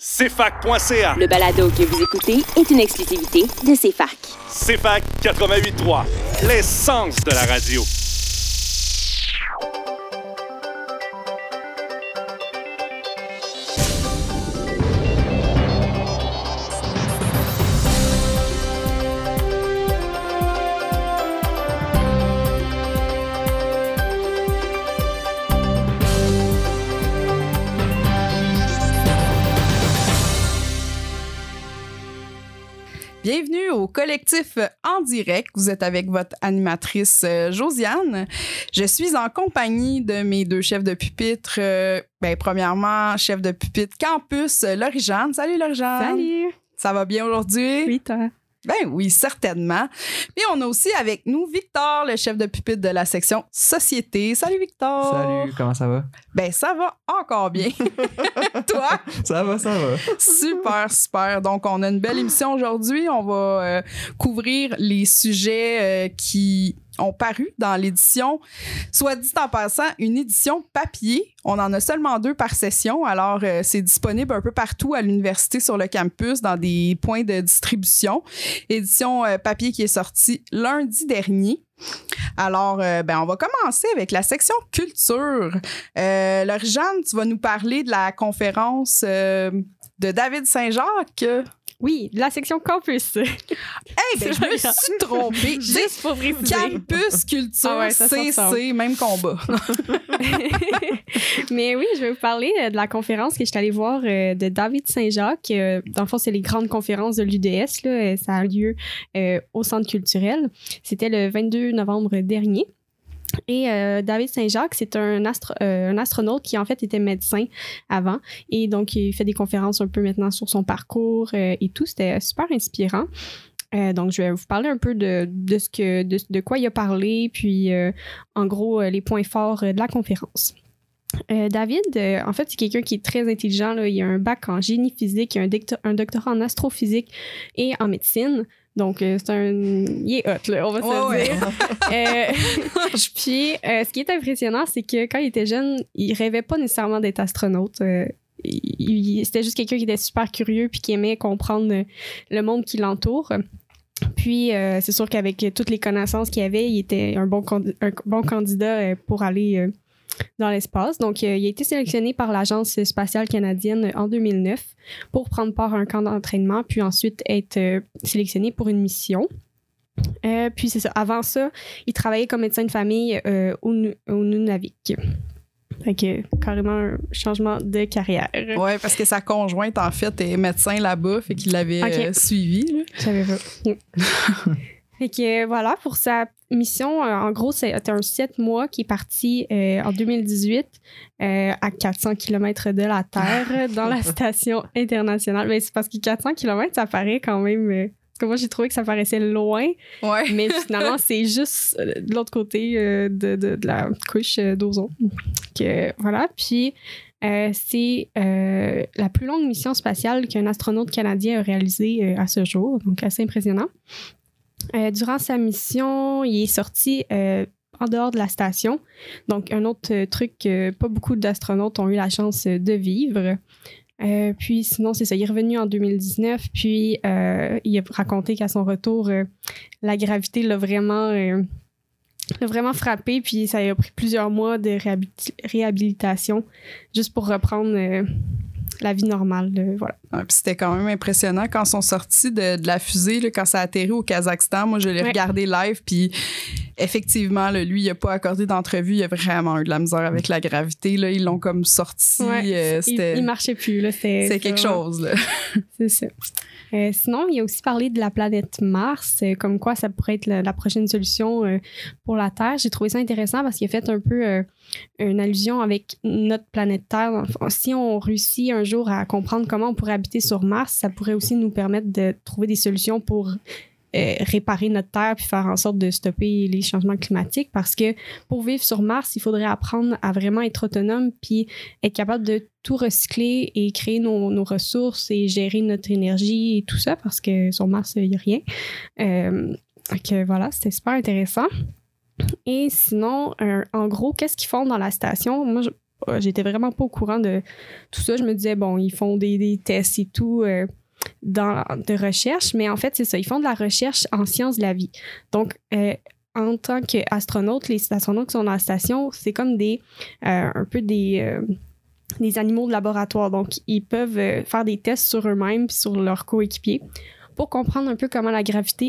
CFAC.ca. Le balado que vous écoutez est une exclusivité de CFAC. CFAC 88.3, l'essence de la radio. Bienvenue au collectif En Direct. Vous êtes avec votre animatrice Josiane. Je suis en compagnie de mes deux chefs de pupitre. Premièrement, chef de pupitre campus, Laurie-Jeanne. Salut Laurie-Jeanne. Salut. Ça va bien aujourd'hui? Oui, toi? Ben oui, certainement. Puis on a aussi avec nous Victor, le chef de pupitre de la section Société. Salut Victor. Salut, comment ça va? Ben ça va encore bien. Toi? Ça va. Super, super. Donc on a une belle émission aujourd'hui. On va couvrir les sujets qui ont paru dans l'édition, soit dit en passant, une édition papier. On en a seulement 2 par session, alors c'est disponible un peu partout à l'université sur le campus dans des points de distribution. Édition papier qui est sortie lundi dernier. Alors, on va commencer avec la section culture. Laurie-Jeanne, tu vas nous parler de la conférence de David Saint-Jacques. Oui, la section campus. Je me suis trompée. Juste pour préciser. Campus, culture, Ah ouais, ça CC, même combat. Mais oui, je vais vous parler de la conférence que je suis allée voir de David Saint-Jacques. Dans le fond, c'est les grandes conférences de l'UDS. Là. Ça a lieu au Centre culturel. C'était le 22 novembre dernier. Et David Saint-Jacques, c'est un astronaute qui, en fait, était médecin avant. Et donc, il fait des conférences un peu maintenant sur son parcours et tout. C'était super inspirant. Donc, je vais vous parler un peu de quoi il a parlé, puis, en gros, les points forts de la conférence. David, en fait, c'est quelqu'un qui est très intelligent. Là. Il a un bac en génie physique, il a un doctorat en astrophysique et en médecine. Donc, il est hot, là, on va se le dire. Puis, ce qui est impressionnant, c'est que quand il était jeune, il rêvait pas nécessairement d'être astronaute. C'était juste quelqu'un qui était super curieux puis qui aimait comprendre le monde qui l'entoure. Puis, c'est sûr qu'avec toutes les connaissances qu'il avait, il était un bon candidat pour aller dans l'espace. Donc, il a été sélectionné par l'Agence spatiale canadienne en 2009 pour prendre part à un camp d'entraînement, puis ensuite être sélectionné pour une mission. Puis, c'est ça. Avant ça, il travaillait comme médecin de famille au Nunavik. Fait que, carrément, un changement de carrière. Oui, parce que sa conjointe, en fait, est médecin là-bas, fait qu'il l'avait suivi. Là. Je savais pas. Fait que voilà, pour sa mission, en gros, c'était un 7 mois qui est parti en 2018 à 400 km de la Terre dans la station internationale. Ben, c'est parce que 400 km, ça paraît quand même... parce que moi, j'ai trouvé que ça paraissait loin, mais finalement, c'est juste de l'autre côté de la couche d'ozone. Voilà, puis... c'est la plus longue mission spatiale qu'un astronaute canadien a réalisée à ce jour, donc assez impressionnant. Durant sa mission, il est sorti en dehors de la station. Donc, un autre truc que pas beaucoup d'astronautes ont eu la chance de vivre. Puis sinon, c'est ça, il est revenu en 2019, puis il a raconté qu'à son retour, la gravité l'a vraiment frappé, puis ça a pris plusieurs mois de réhabilitation juste pour reprendre la vie normale. Voilà. Puis c'était quand même impressionnant quand ils sont sortis de la fusée, là, quand ça a atterri au Kazakhstan. Moi, je l'ai regardé live, puis effectivement, là, lui, il n'a pas accordé d'entrevue. Il a vraiment eu de la misère avec la gravité. Là. Ils l'ont comme sorti. Il marchait plus. Là. C'est quelque chose. Là. C'est ça. Sinon, il a aussi parlé de la planète Mars, comme quoi ça pourrait être la prochaine solution pour la Terre. J'ai trouvé ça intéressant parce qu'il a fait un peu une allusion avec notre planète Terre. Si on réussit un jour à comprendre comment on pourrait habiter sur Mars, ça pourrait aussi nous permettre de trouver des solutions pour réparer notre Terre puis faire en sorte de stopper les changements climatiques, parce que pour vivre sur Mars, il faudrait apprendre à vraiment être autonome puis être capable de tout recycler et créer nos ressources et gérer notre énergie et tout ça, parce que sur Mars, il n'y a rien. Donc voilà, c'était super intéressant. Et sinon, en gros, qu'est-ce qu'ils font dans la station? Moi, j'étais vraiment pas au courant de tout ça. Je me disais, bon, ils font des tests et tout de recherche, mais en fait, c'est ça. Ils font de la recherche en sciences de la vie. Donc, en tant qu'astronautes, les astronautes qui sont dans la station, c'est comme un peu des animaux de laboratoire. Donc, ils peuvent faire des tests sur eux-mêmes et sur leurs coéquipiers pour comprendre un peu comment la gravité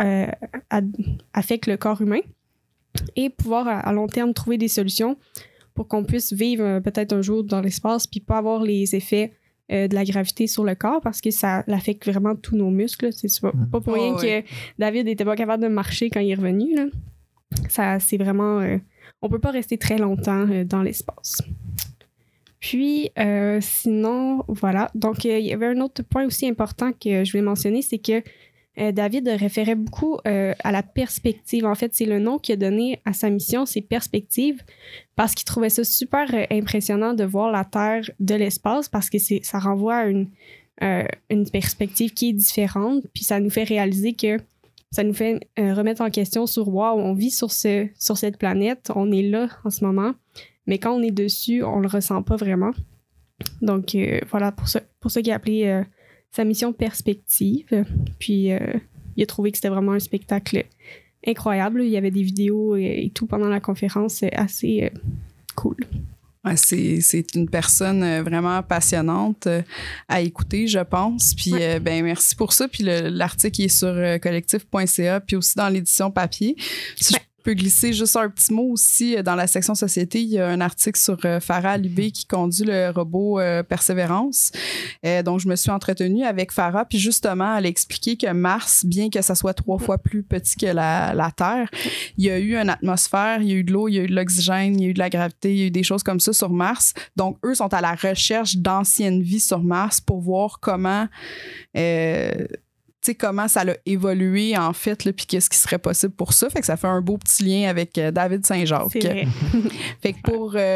affecte le corps humain et pouvoir, à long terme, trouver des solutions pour qu'on puisse vivre peut-être un jour dans l'espace puis pas avoir les effets de la gravité sur le corps parce que ça affecte vraiment tous nos muscles. C'est pas pour rien que David n'était pas capable de marcher quand il est revenu. Là. Ça, c'est vraiment... on peut pas rester très longtemps dans l'espace. Puis, sinon, voilà. Donc, il y avait un autre point aussi important que je voulais mentionner, c'est que David référait beaucoup à la perspective. En fait, c'est le nom qu'il a donné à sa mission, c'est Perspective, parce qu'il trouvait ça super impressionnant de voir la Terre de l'espace, parce que ça renvoie à une perspective qui est différente, puis ça nous fait réaliser que ça nous fait remettre en question sur « wow, on vit sur cette planète, on est là en ce moment », mais quand on est dessus, on le ressent pas vraiment. Donc, voilà, pour ça qu'il a appelé sa mission Perspective. Puis, il a trouvé que c'était vraiment un spectacle incroyable. Il y avait des vidéos et tout pendant la conférence assez cool. Ouais, c'est une personne vraiment passionnante à écouter, je pense. Puis, ben merci pour ça. Puis, l'article est sur collectif.ca, puis aussi dans l'édition papier. Si je peux glisser juste un petit mot aussi, dans la section société, il y a un article sur Farah Alibé qui conduit le robot Persévérance. Donc, je me suis entretenue avec Farah, puis justement, elle a expliqué que Mars, bien que ça soit 3 fois plus petit que la Terre, il y a eu une atmosphère, il y a eu de l'eau, il y a eu de l'oxygène, il y a eu de la gravité, il y a eu des choses comme ça sur Mars. Donc, eux sont à la recherche d'anciennes vies sur Mars pour voir comment ça a évolué, en fait, puis qu'est-ce qui serait possible pour ça. Fait que ça fait un beau petit lien avec David Saint-Jacques. C'est vrai. Fait que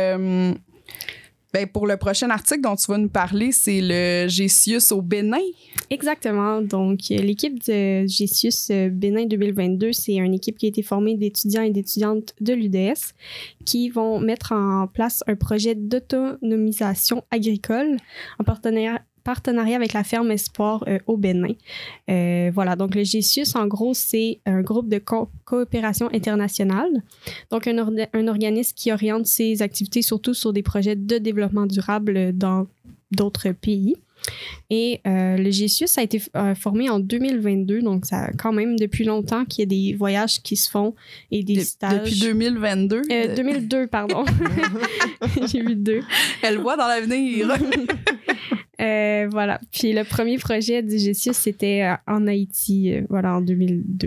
pour le prochain article dont tu vas nous parler, c'est le GESIUS au Bénin. Exactement. Donc, l'équipe de GESIUS Bénin 2022, c'est une équipe qui a été formée d'étudiants et d'étudiantes de l'UDS qui vont mettre en place un projet d'autonomisation agricole en partenariat avec la ferme Espoir au Bénin. Voilà, donc le GESIUS, en gros, c'est un groupe de coopération internationale, donc un organisme qui oriente ses activités surtout sur des projets de développement durable dans d'autres pays. Et le GESIUS a été formé en 2022, donc ça a quand même depuis longtemps qu'il y a des voyages qui se font et des stages. Depuis 2022? 2002, pardon. J'ai vu 2. Elle voit dans l'avenir. Voilà. Puis le premier projet du GESIUS, c'était en Haïti, voilà, en 2002.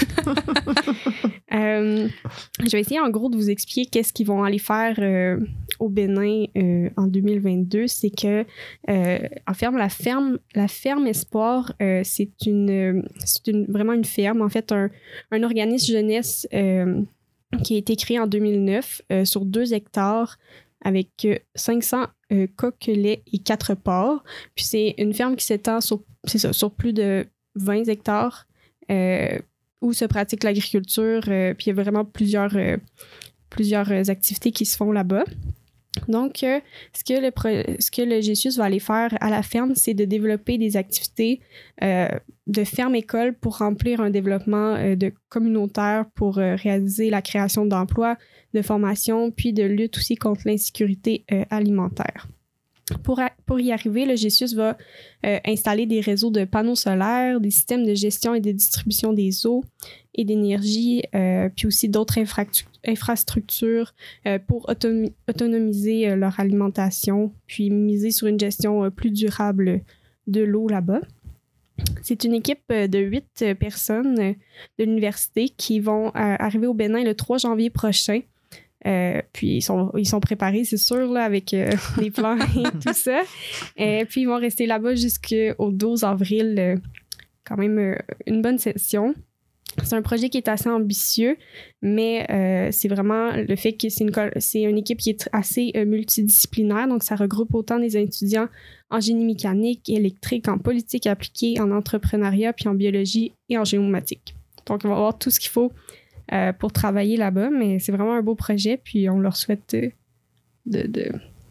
Je vais essayer en gros de vous expliquer qu'est-ce qu'ils vont aller faire au Bénin en 2022. C'est que la ferme Espoir, c'est vraiment une ferme, en fait, un organisme jeunesse qui a été créé en 2009 sur 2 hectares avec 500 coqs, lait et 4 porcs. Puis c'est une ferme qui s'étend sur plus de 20 hectares où se pratique l'agriculture. Puis il y a vraiment plusieurs activités qui se font là-bas. Donc, ce que le GESIUS va aller faire à la ferme, c'est de développer des activités de ferme-école pour remplir un développement communautaire, pour réaliser la création d'emplois, de formation, puis de lutte aussi contre l'insécurité alimentaire. Pour y arriver, le GESIUS va installer des réseaux de panneaux solaires, des systèmes de gestion et de distribution des eaux et d'énergie, puis aussi d'autres infrastructures pour autonomiser leur alimentation, puis miser sur une gestion plus durable de l'eau là-bas. C'est une équipe de 8 personnes de l'université qui vont arriver au Bénin le 3 janvier prochain. Puis ils sont préparés, c'est sûr, là, avec les plans et tout ça. Puis ils vont rester là-bas jusqu'au 12 avril. Quand même une bonne session. C'est un projet qui est assez ambitieux, mais c'est vraiment le fait que c'est une équipe qui est assez multidisciplinaire. Donc, ça regroupe autant des étudiants en génie mécanique, électrique, en politique appliquée, en entrepreneuriat, puis en biologie et en géomatique. Donc, on va avoir tout ce qu'il faut pour travailler là-bas, mais c'est vraiment un beau projet, puis on leur souhaite de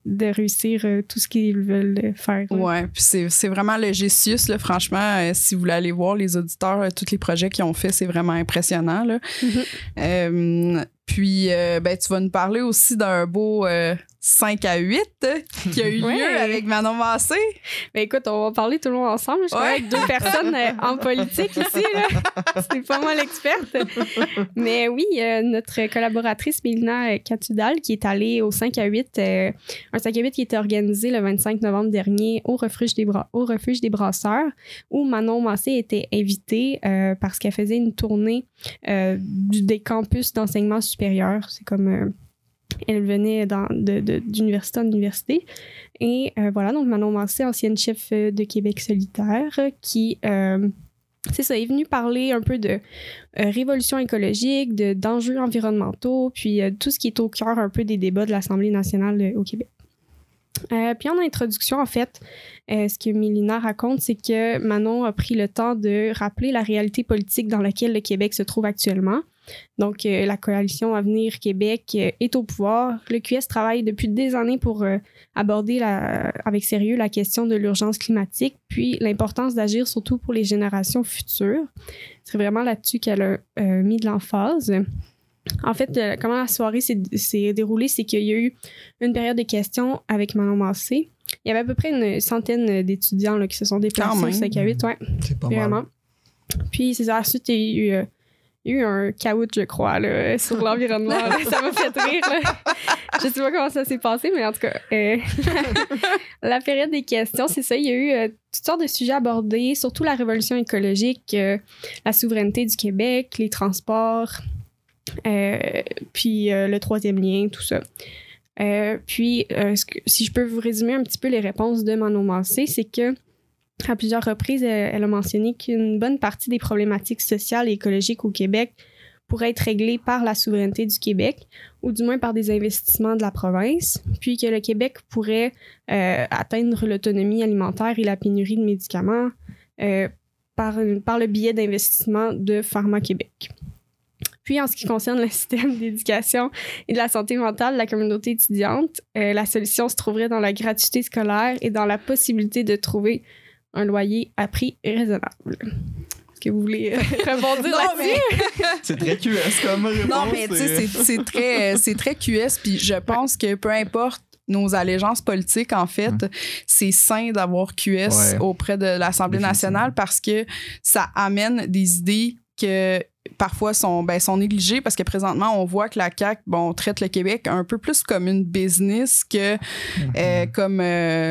réussir tout ce qu'ils veulent faire. Ouais, puis c'est vraiment le Gessius, là, franchement, si vous voulez aller voir les auditeurs, tous les projets qu'ils ont fait, c'est vraiment impressionnant, là. Puis, tu vas nous parler aussi d'un beau 5 à 8 qui a eu lieu avec Manon Massé. Ben écoute, on va parler tout le monde ensemble. Je suis avec 2 personnes en politique ici, là. C'est pas moi l'experte. Mais oui, notre collaboratrice Mélina Catudal qui est allée au 5 à 8, un 5 à 8 qui était organisé le 25 novembre dernier au refuge des Brasseurs, où Manon Massé était invitée parce qu'elle faisait une tournée des campus d'enseignement supérieur. C'est comme... elle venait d'université en université. Et voilà, donc Manon Massé, ancienne chef de Québec solidaire, qui, c'est ça, est venue parler un peu de révolution écologique, d'enjeux environnementaux, puis tout ce qui est au cœur un peu des débats de l'Assemblée nationale au Québec. Puis en introduction, en fait, ce que Mélina raconte, c'est que Manon a pris le temps de rappeler la réalité politique dans laquelle le Québec se trouve actuellement. Donc, la coalition Avenir Québec est au pouvoir. Le QS travaille depuis des années pour aborder avec sérieux la question de l'urgence climatique, puis l'importance d'agir surtout pour les générations futures. C'est vraiment là-dessus qu'elle a mis de l'emphase. En fait, comment la soirée s'est déroulée, c'est qu'il y a eu une période de questions avec Manon Massé. Il y avait à peu près une centaine d'étudiants là, qui se sont déplacés au 5 à 8. Ouais, c'est pas vraiment mal. Puis, c'est ça. Ensuite, il y a eu un caout, je crois, là, sur l'environnement. Ça m'a fait rire. Là. Je sais pas comment ça s'est passé, mais en tout cas, la période des questions, c'est ça. Il y a eu toutes sortes de sujets abordés, surtout la révolution écologique, la souveraineté du Québec, les transports, puis le troisième lien, tout ça. Puis, si je peux vous résumer un petit peu les réponses de Manon Massé, c'est que à plusieurs reprises, elle a mentionné qu'une bonne partie des problématiques sociales et écologiques au Québec pourraient être réglées par la souveraineté du Québec, ou du moins par des investissements de la province, puis que le Québec pourrait atteindre l'autonomie alimentaire et la pénurie de médicaments par le biais d'investissements de Pharma Québec. Puis, en ce qui concerne le système d'éducation et de la santé mentale de la communauté étudiante, la solution se trouverait dans la gratuité scolaire et dans la possibilité de trouver un loyer à prix raisonnable. Est-ce que vous voulez rebondir là-dessus? C'est très QS comme réponse. Non, mais tu sais, c'est très QS. Puis je pense que peu importe nos allégeances politiques, en fait, c'est sain d'avoir QS auprès de l'Assemblée nationale parce que ça amène des idées que parfois sont négligées parce que présentement, on voit que la CAQ traite le Québec un peu plus comme une business que comme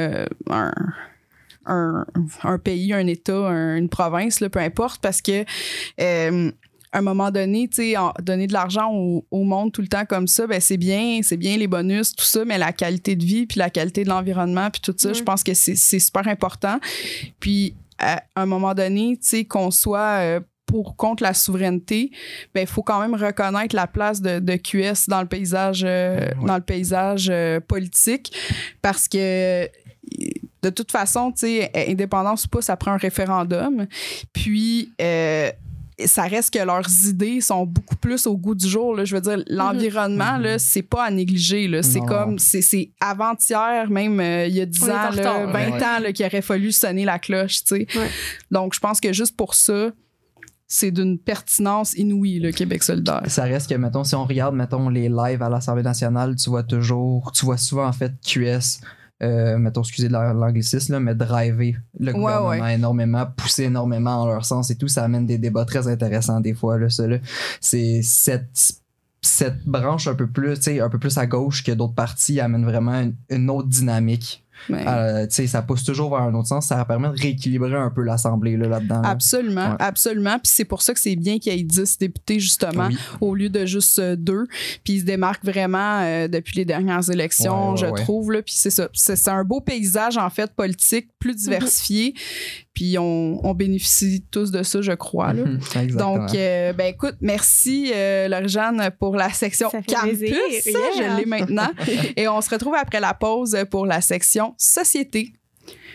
un pays, un État, une province, là, peu importe, parce que à un moment donné, tu sais, donner de l'argent au monde tout le temps comme ça, ben c'est bien les bonus, tout ça, mais la qualité de vie puis la qualité de l'environnement puis tout ça, je pense que c'est super important. Puis à un moment donné, tu sais, qu'on soit pour contre la souveraineté, ben il faut quand même reconnaître la place de QS dans le paysage politique parce que de toute façon, tu sais, indépendance ou pas, ça prend un référendum. Puis, ça reste que leurs idées sont beaucoup plus au goût du jour. Là. Je veux dire, l'environnement, là, c'est pas à négliger. Là. C'est comme, c'est avant-hier, même il y a 10 ans, là, 20 ans, là, qu'il aurait fallu sonner la cloche, tu sais. Ouais. Donc, je pense que juste pour ça, c'est d'une pertinence inouïe, le Québec solidaire. Ça reste que, mettons, si on regarde, mettons, les lives à l'Assemblée nationale, tu vois souvent, en fait, QS... mettons, excusez l'anglicisme, là, mais driver le gouvernement énormément, pousser énormément en leur sens et tout, ça amène des débats très intéressants des fois, là, ça, là. C'est cette branche un peu plus à gauche que d'autres partis amène vraiment une autre dynamique. Ça pousse toujours vers un autre sens, ça permet de rééquilibrer un peu l'Assemblée là-dedans. Absolument, absolument. Puis c'est pour ça que c'est bien qu'il y ait 10 députés, justement, au lieu de juste 2. Puis ils se démarquent vraiment depuis les dernières élections, je trouve. Là. Puis c'est ça. C'est un beau paysage, en fait, politique, plus diversifié. Puis on bénéficie tous de ça, je crois. Là. Donc, écoute, merci, Laure-Jeanne, pour la section Campus. Je l'ai maintenant. Et on se retrouve après la pause pour la section Société.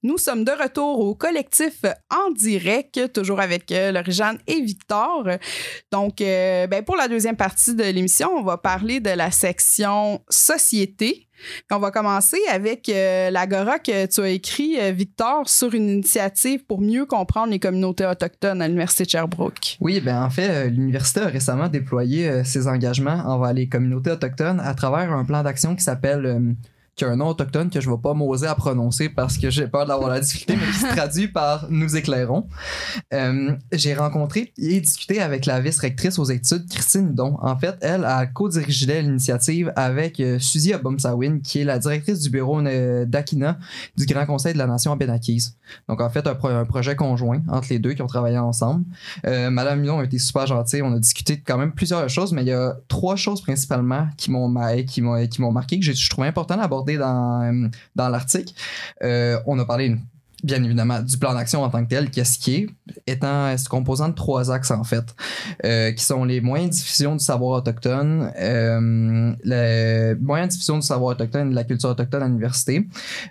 Nous sommes de retour au collectif en direct, toujours avec Laurie-Jeanne et Victor. Donc, pour la deuxième partie de l'émission, on va parler de la section société. Puis on va commencer avec l'agora que tu as écrit, Victor, sur une initiative pour mieux comprendre les communautés autochtones à l'Université de Sherbrooke. Oui, en fait, l'université a récemment déployé ses engagements envers les communautés autochtones à travers un plan d'action qui s'appelle... qui a un nom autochtone que je vais pas m'oser à prononcer parce que j'ai peur d'avoir la difficulté, mais qui se traduit par « Nous éclairons ». J'ai rencontré et discuté avec la vice-rectrice aux études, Christine Hudon. En fait, elle a co-dirigé l'initiative avec Suzy Abomsawin, qui est la directrice du bureau d'Akina du Grand Conseil de la Nation Abénaquise. Donc, en fait, un projet conjoint entre les deux qui ont travaillé ensemble. Madame Hudon a été super gentille. On a discuté de quand même plusieurs choses, mais il y a 3 choses principalement qui m'ont marqué, que je trouvais important d'aborder dans l'article. On a parlé bien évidemment du plan d'action en tant que tel, qu'est-ce qui est composant de 3 axes en fait, qui sont les moyens de diffusion du savoir autochtone, les moyens de diffusion du savoir autochtone et de la culture autochtone à l'université,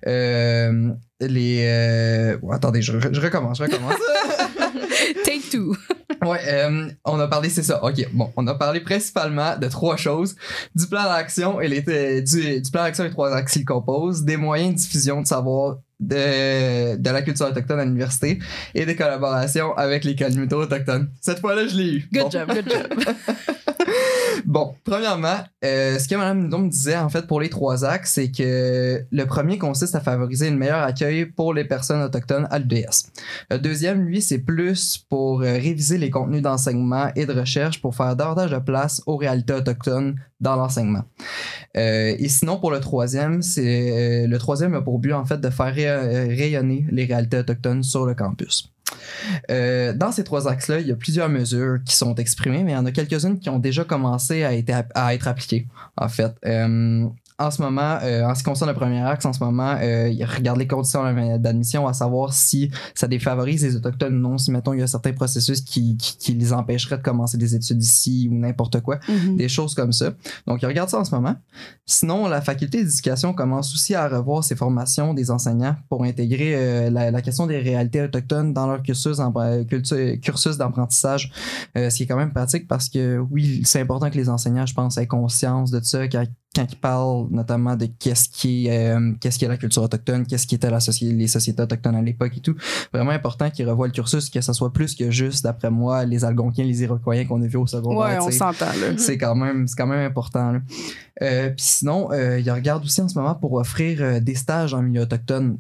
attendez, je recommence. Take 2. Ouais, on a parlé, c'est ça. OK, bon, on a parlé principalement de 3 choses. Du plan d'action et du plan d'action et 3 axes qui le composent, des moyens de diffusion de savoir de la culture autochtone à l'université et des collaborations avec les communautés autochtones. Cette fois-là, je l'ai eu. Good job. Bon, premièrement, ce que Mme Hudon me disait en fait pour les 3 axes, c'est que le premier consiste à favoriser le meilleur accueil pour les personnes autochtones à l'UDS. Le deuxième, lui, c'est plus pour réviser les contenus d'enseignement et de recherche pour faire davantage de place aux réalités autochtones dans l'enseignement. Et sinon, pour le troisième, le troisième a pour but en fait de faire rayonner les réalités autochtones sur le campus. Dans ces 3 axes-là, il y a plusieurs mesures qui sont exprimées, mais il y en a quelques-unes qui ont déjà commencé à être appliquées, en fait. En ce moment, en ce qui concerne le premier axe, en ce moment, il regarde les conditions d'admission à savoir si ça défavorise les Autochtones ou non, si, mettons, il y a certains processus qui les empêcheraient de commencer des études ici ou n'importe quoi, des choses comme ça. Donc, il regarde ça en ce moment. Sinon, la faculté d'éducation commence aussi à revoir ses formations des enseignants pour intégrer la question des réalités autochtones dans leur cursus d'apprentissage, ce qui est quand même pratique parce que, oui, c'est important que les enseignants, je pense, aient conscience de ça, quand ils parlent notamment de qu'est-ce qui est la culture autochtone, qu'est-ce qui était les sociétés autochtones à l'époque et tout. Vraiment important qu'ils revoient le cursus, que ça soit plus que juste, d'après moi, les Algonquiens, les Iroquois qu'on a vu au secondaire. Ouais, on s'entend là. C'est quand même important. Puis sinon, ils regardent aussi en ce moment pour offrir des stages en milieu autochtone.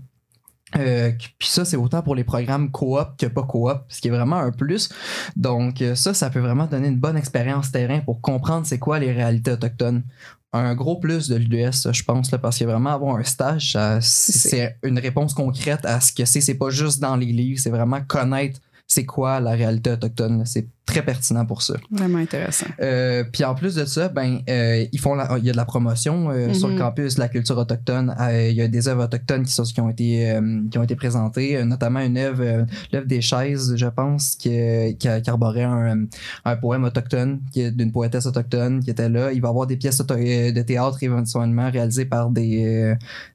Puis ça, c'est autant pour les programmes coop que pas coop, ce qui est vraiment un plus. Donc ça peut vraiment donner une bonne expérience terrain pour comprendre c'est quoi les réalités autochtones. Un gros plus de l'UDS, je pense, là, parce que vraiment avoir un stage, c'est une réponse concrète à ce que c'est pas juste dans les livres, c'est vraiment connaître c'est quoi la réalité autochtone. Là. C'est très pertinent pour ça. Vraiment intéressant. Puis en plus de ça, il y a de la promotion sur le campus de la culture autochtone. Il y a des œuvres autochtones qui ont été présentées, notamment l'œuvre des chaises, je pense, qui arborait un poème autochtone d'une poétesse autochtone qui était là. Il va y avoir des pièces de théâtre éventuellement réalisées par des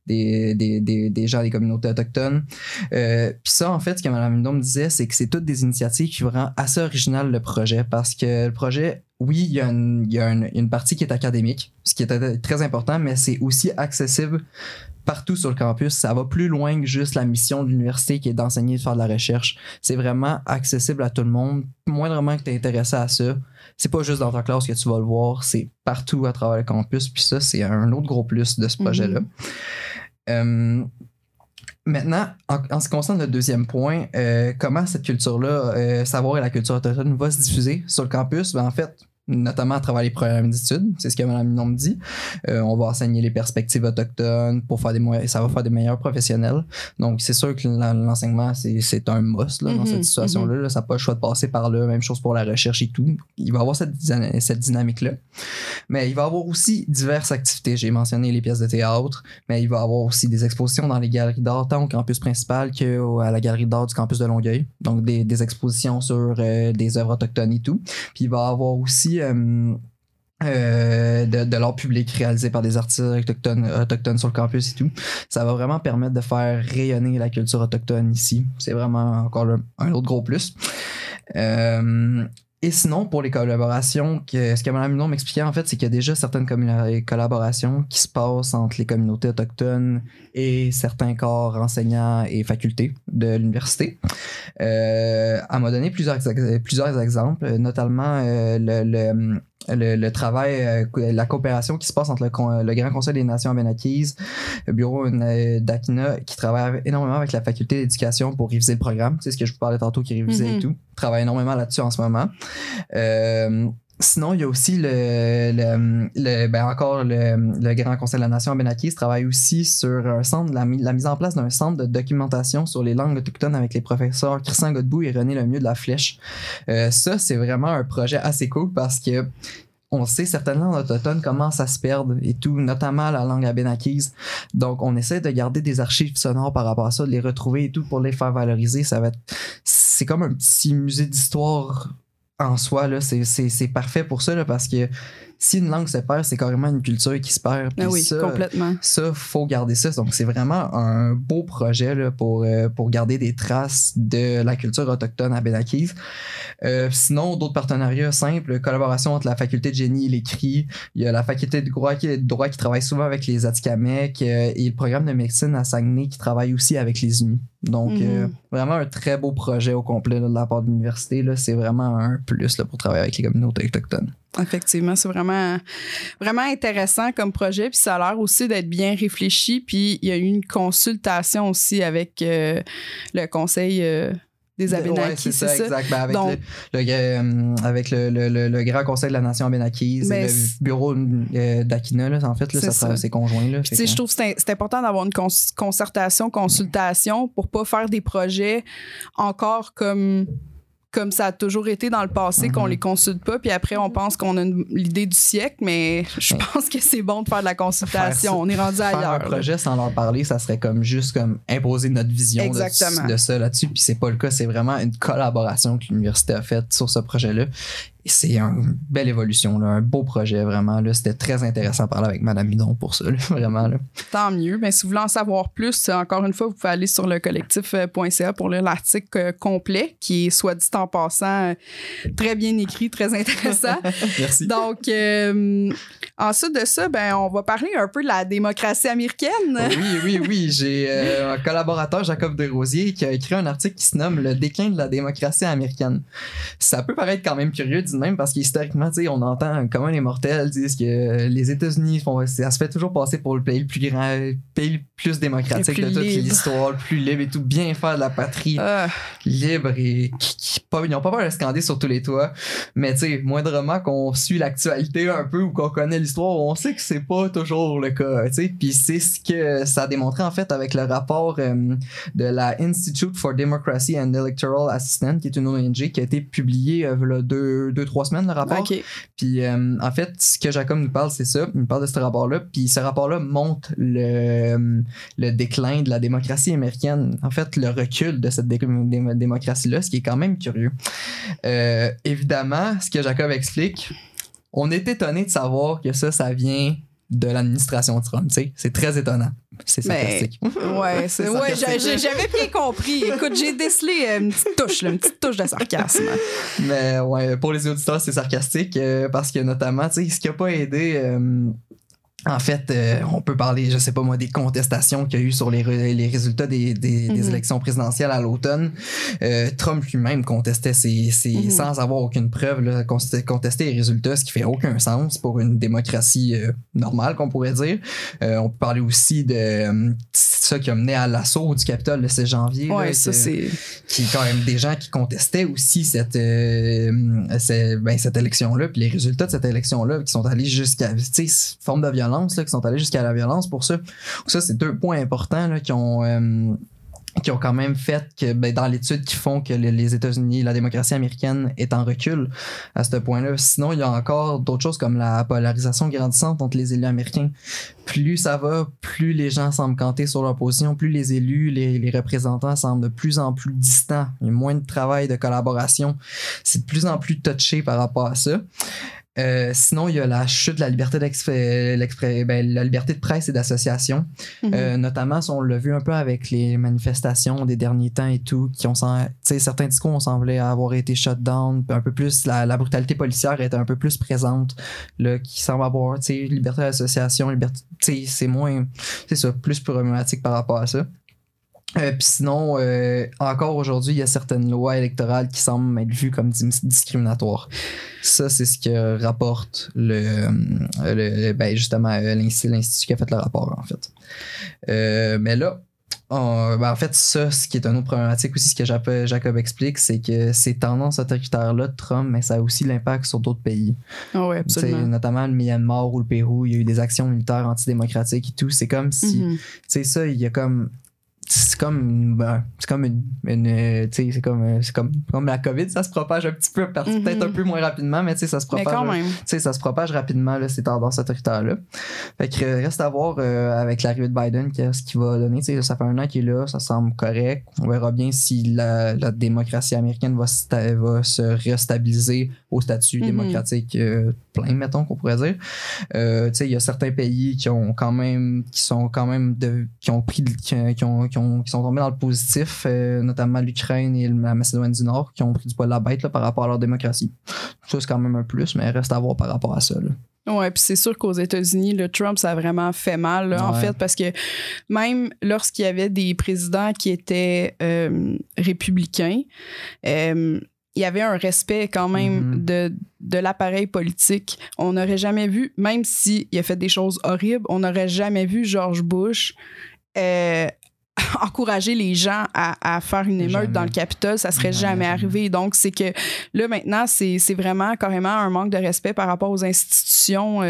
gens des communautés autochtones. Puis ça, en fait, ce que Mme Hudon me disait, c'est que c'est toutes des initiatives qui rendent assez original le projet, parce que le projet, oui, il y a une partie qui est académique, ce qui est très important, mais c'est aussi accessible partout sur le campus. Ça va plus loin que juste la mission de l'université qui est d'enseigner et de faire de la recherche. C'est vraiment accessible à tout le monde. Moindrement que tu es intéressé à ça, c'est pas juste dans ta classe que tu vas le voir, c'est partout à travers le campus. Puis ça, c'est un autre gros plus de ce projet-là. Maintenant, en ce qui concerne le deuxième point, comment cette culture-là, savoir et la culture autochtone, va se diffuser sur le campus? En fait, notamment à travers les programmes d'études, c'est ce que Mme Hudon me dit. On va enseigner les perspectives autochtones pour faire ça va faire des meilleurs professionnels. Donc, c'est sûr que l'enseignement, c'est un must là, dans cette situation-là. Là, ça n'a pas le choix de passer par là. Même chose pour la recherche et tout. Il va y avoir cette dynamique-là. Mais il va y avoir aussi diverses activités. J'ai mentionné les pièces de théâtre, mais il va y avoir aussi des expositions dans les galeries d'art, tant au campus principal qu'à la galerie d'art du campus de Longueuil. Donc, des expositions sur des œuvres autochtones et tout. Puis, il va y avoir aussi de l'art public réalisé par des artistes autochtones sur le campus et tout. Ça va vraiment permettre de faire rayonner la culture autochtone ici. C'est vraiment encore un autre gros plus. Et sinon, pour les collaborations, ce que Mme Minon m'expliquait, en fait, c'est qu'il y a déjà certaines collaborations qui se passent entre les communautés autochtones et certains corps enseignants et facultés de l'université. Elle m'a donné plusieurs exemples, notamment le travail, la coopération qui se passe entre le Grand Conseil des Nations Abénaquis, le bureau d'Akina, qui travaille énormément avec la faculté d'éducation pour réviser le programme. C'est ce que je vous parlais tantôt, qui révisait et tout. Travaille énormément là-dessus en ce moment. Sinon, il y a aussi le Grand Conseil de la Nation Abénaquis travaille aussi sur un centre, la mise en place d'un centre de documentation sur les langues autochtones avec les professeurs Christian Godbout et René Lemieux de la Flèche. Ça, c'est vraiment un projet assez cool parce que on sait certaines langues autochtones commencent à se perdre et tout, notamment la langue abénaquise. Donc, on essaie de garder des archives sonores par rapport à ça, de les retrouver et tout pour les faire valoriser. C'est comme un petit musée d'histoire en soi, là. C'est parfait pour ça, là, parce que si une langue se perd, c'est carrément une culture qui se perd. Ah oui, complètement. Ça, faut garder ça. Donc, c'est vraiment un beau projet là, pour garder des traces de la culture autochtone abénaquise. Sinon, d'autres partenariats simples, collaboration entre la faculté de génie et l'écrit. Il y a la faculté de droit qui travaille souvent avec les Atikamekw et le programme de médecine à Saguenay qui travaille aussi avec les Unis. Donc, vraiment un très beau projet au complet là, de la part de l'université. Là. C'est vraiment un plus là, pour travailler avec les communautés autochtones. Effectivement, c'est vraiment intéressant comme projet, puis ça a l'air aussi d'être bien réfléchi, puis il y a eu une consultation aussi avec le conseil des Abénaquis, ouais, c'est ça? Exact. Ben, avec le Grand Conseil de la Nation Abénaquise et le bureau d'Akina, là, en fait, là, c'est conjoint. Là, je trouve que c'est important d'avoir une consultation pour pas faire des projets encore comme ça a toujours été dans le passé, qu'on les consulte pas, puis après, on pense qu'on a l'idée du siècle, mais je pense que c'est bon de faire de la consultation. On est rendu ailleurs. Faire un projet sans leur parler, ça serait juste imposer notre vision de ça là-dessus, puis c'est pas le cas. C'est vraiment une collaboration que l'université a faite sur ce projet-là. Et c'est une belle évolution, là, un beau projet, vraiment. Là. C'était très intéressant de parler avec Mme Midon pour ça, là, vraiment. Là. Tant mieux. Mais si vous voulez en savoir plus, encore une fois, vous pouvez aller sur le collectif.ca pour lire l'article complet, qui est, soit dit en passant, très bien écrit, très intéressant. Merci. Donc, ensuite de ça, on va parler un peu de la démocratie américaine. Oui. J'ai un collaborateur, Jacob Desrosiers, qui a écrit un article qui se nomme « Le déclin de la démocratie américaine ». Ça peut paraître quand même curieux, même parce qu'historiquement, on entend comment les mortels disent que les États-Unis ça se fait toujours passer pour le pays le plus grand, le pays le plus démocratique de toute l'histoire, le plus libre et tout, bien faire de la patrie libre et ils n'ont pas peur de scander sur tous les toits. Mais moindrement qu'on suit l'actualité un peu ou qu'on connaît l'histoire, on sait que c'est pas toujours le cas. Puis c'est ce que ça a démontré en fait avec le rapport de la Institute for Democracy and Electoral Assistance, qui est une ONG qui a été publiée il y a 2-3 semaines, le rapport. Okay. Puis en fait, ce que Jacob nous parle, c'est ça. Il nous parle de ce rapport-là. Puis ce rapport-là montre le déclin de la démocratie américaine. En fait, le recul de cette démocratie-là, ce qui est quand même curieux. Évidemment, ce que Jacob explique, on est étonné de savoir que ça vient de l'administration Trump. C'est très étonnant. C'est sarcastique. Ouais, j'avais bien compris. Écoute, j'ai décelé une petite touche de sarcasme. Mais ouais, pour les auditeurs, c'est sarcastique parce que notamment, ce qui n'a pas aidé... En fait, on peut parler, je sais pas moi, des contestations qu'il y a eu sur les résultats des élections présidentielles à l'automne. Trump lui-même contestait sans avoir aucune preuve, là, contestait les résultats, ce qui fait aucun sens pour une démocratie normale, qu'on pourrait dire. On peut parler aussi de ça qui a mené à l'assaut du Capitole le 16 janvier. Ouais, là, ça c'est... Qui est quand même des gens qui contestaient aussi cette élection-là, puis les résultats de cette élection-là qui sont allés jusqu'à forme de violence. Là, qui sont allés jusqu'à la violence pour ça. Donc ça, c'est 2 points importants là, qui ont quand même fait que dans l'étude qu'ils font que les États-Unis, la démocratie américaine est en recul à ce point-là. Sinon, il y a encore d'autres choses comme la polarisation grandissante entre les élus américains. Plus ça va, plus les gens semblent camper sur leur position, plus les élus, les représentants semblent de plus en plus distants. Il y a moins de travail, de collaboration. C'est de plus en plus touché par rapport à ça. Sinon, il y a la chute de la liberté la liberté de presse et d'association. Notamment, on l'a vu un peu avec les manifestations des derniers temps et tout, certains discours ont semblé avoir été shut down, un peu plus, la brutalité policière était un peu plus présente, là, qui semble avoir, liberté d'association, c'est moins, c'est ça, plus problématique par rapport à ça. Puis sinon, encore aujourd'hui, il y a certaines lois électorales qui semblent être vues comme discriminatoires. Ça, c'est ce que rapporte justement l'institut qui a fait le rapport, en fait. Mais là, en fait, ça, ce qui est une autre problématique aussi, ce que Jacob explique, c'est que ces tendances autoritaires-là de Trump, mais ça a aussi l'impact sur d'autres pays. Oh oui, absolument. Notamment le Myanmar ou le Pérou, il y a eu des actions militaires antidémocratiques et tout. C'est comme si, ça, il y a comme... C'est comme la COVID, ça se propage un petit peu, peut-être un peu moins rapidement, mais ça se propage. Mais quand même. Ça se propage rapidement, là, ces tendances autoritaires-là. Fait que reste à voir avec l'arrivée de Biden ce qu'il va donner. Ça fait 1 an qu'il est là, ça semble correct. On verra bien si la démocratie américaine va se restabiliser au statut démocratique plein, mettons, qu'on pourrait dire. Il y a certains pays qui sont tombés dans le positif, notamment l'Ukraine et la Macédoine du Nord, qui ont pris du poil de la bête là, par rapport à leur démocratie. Ça, c'est quand même un plus, mais reste à voir par rapport à ça. Oui, puis c'est sûr qu'aux États-Unis, le Trump, ça a vraiment fait mal, là, en fait, parce que même lorsqu'il y avait des présidents qui étaient républicains, il y avait un respect quand même de l'appareil politique. On n'aurait jamais vu, même s'il a fait des choses horribles, on n'aurait jamais vu George Bush encourager les gens à faire une émeute dans le Capitole, ça serait jamais arrivé. Donc, c'est que là, maintenant, c'est vraiment carrément un manque de respect par rapport aux institutions.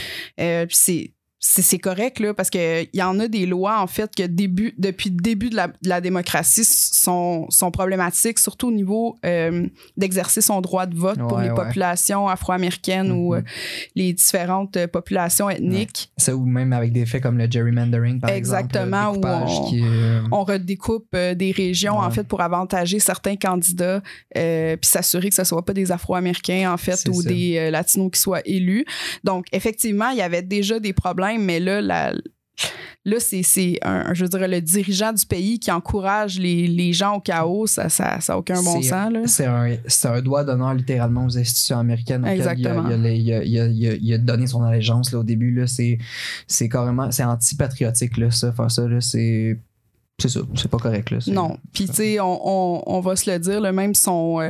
C'est correct, là, parce qu'il y en a des lois, en fait, que depuis le début de la démocratie sont problématiques, surtout au niveau d'exercer son droit de vote pour les populations afro-américaines ou les différentes populations ethniques. Ça, ou même avec des faits comme le gerrymandering, par exemple. Exactement, où on redécoupe des régions, en fait, pour avantager certains candidats, puis s'assurer que ce ne soit pas des Afro-Américains, en fait, ou des Latinos qui soient élus. Donc, effectivement, il y avait déjà des problèmes, mais là, c'est je veux dire, le dirigeant du pays qui encourage les gens au chaos, ça n'a aucun bon sens. Là. C'est un doigt d'honneur littéralement aux institutions américaines. Exactement. Il a donné son allégeance là, au début. Là, c'est carrément, c'est antipatriotique, là, ça, faire ça. Là, c'est ça, c'est pas correct. Là, non, puis tu sais, on va se le dire, là, même son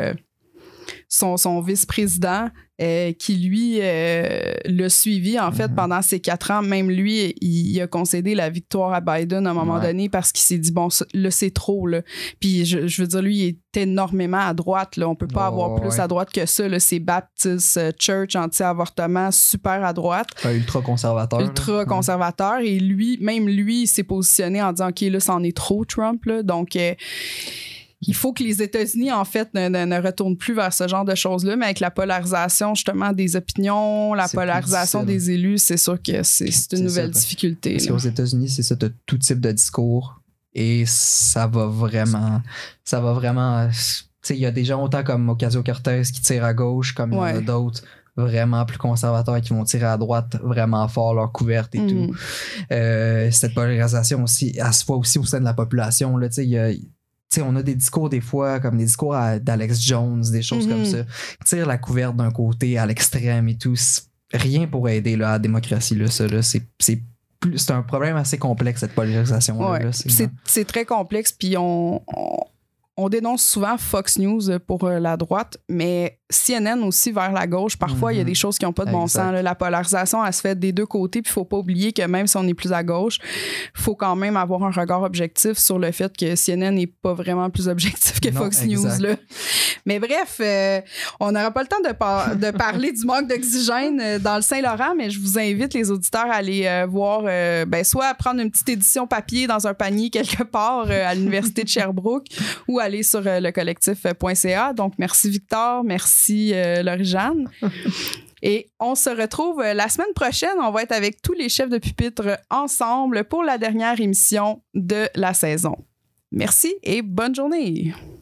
vice-président qui, lui, l'a suivi, en fait, pendant ces 4 ans. Même lui, il a concédé la victoire à Biden à un moment donné parce qu'il s'est dit, bon, là, c'est trop, là. Puis, je veux dire, lui, il est énormément à droite, là. On peut pas avoir plus à droite que ça, là. C'est Baptist Church anti-avortement, super à droite. Ultra-conservateur. Ultra-conservateur. Et lui, même lui, il s'est positionné en disant, OK, là, c'en est trop, Trump, là. Donc, il faut que les États-Unis, en fait, ne retournent plus vers ce genre de choses-là, mais avec la polarisation, justement, des opinions, la polarisation des élus, c'est sûr que c'est une nouvelle difficulté. Parce qu'aux États-Unis, c'est ça, t'as tout type de discours et ça va vraiment... Tu sais, il y a des gens autant comme Ocasio-Cortez qui tirent à gauche, comme il y en a d'autres vraiment plus conservateurs qui vont tirer à droite vraiment fort leur couverte et tout. Cette polarisation aussi, elle se voit aussi au sein de la population, là, tu sais, il y a... T'sais, on a des discours des fois comme des discours d'Alex Jones, des choses comme ça. Tire la couverte d'un côté à l'extrême et tout. Rien pour aider là, à la démocratie. Là, ça, là, c'est un problème assez complexe, cette polarisation. Ouais, c'est très complexe. Puis on dénonce souvent Fox News pour la droite, mais CNN aussi vers la gauche. Parfois, il y a des choses qui n'ont pas de bon sens. Là. La polarisation, elle se fait des deux côtés. Puis il ne faut pas oublier que même si on est plus à gauche, il faut quand même avoir un regard objectif sur le fait que CNN n'est pas vraiment plus objectif que Fox News. Là. Mais bref, on n'aura pas le temps de parler du manque d'oxygène dans le Saint-Laurent, mais je vous invite les auditeurs à aller voir, soit à prendre une petite édition papier dans un panier quelque part à l'Université de Sherbrooke ou aller sur lecollectif.ca. Donc, merci Victor, merci Laurie-Jeanne. Et on se retrouve la semaine prochaine. On va être avec tous les chefs de pupitre ensemble pour la dernière émission de la saison. Merci et bonne journée.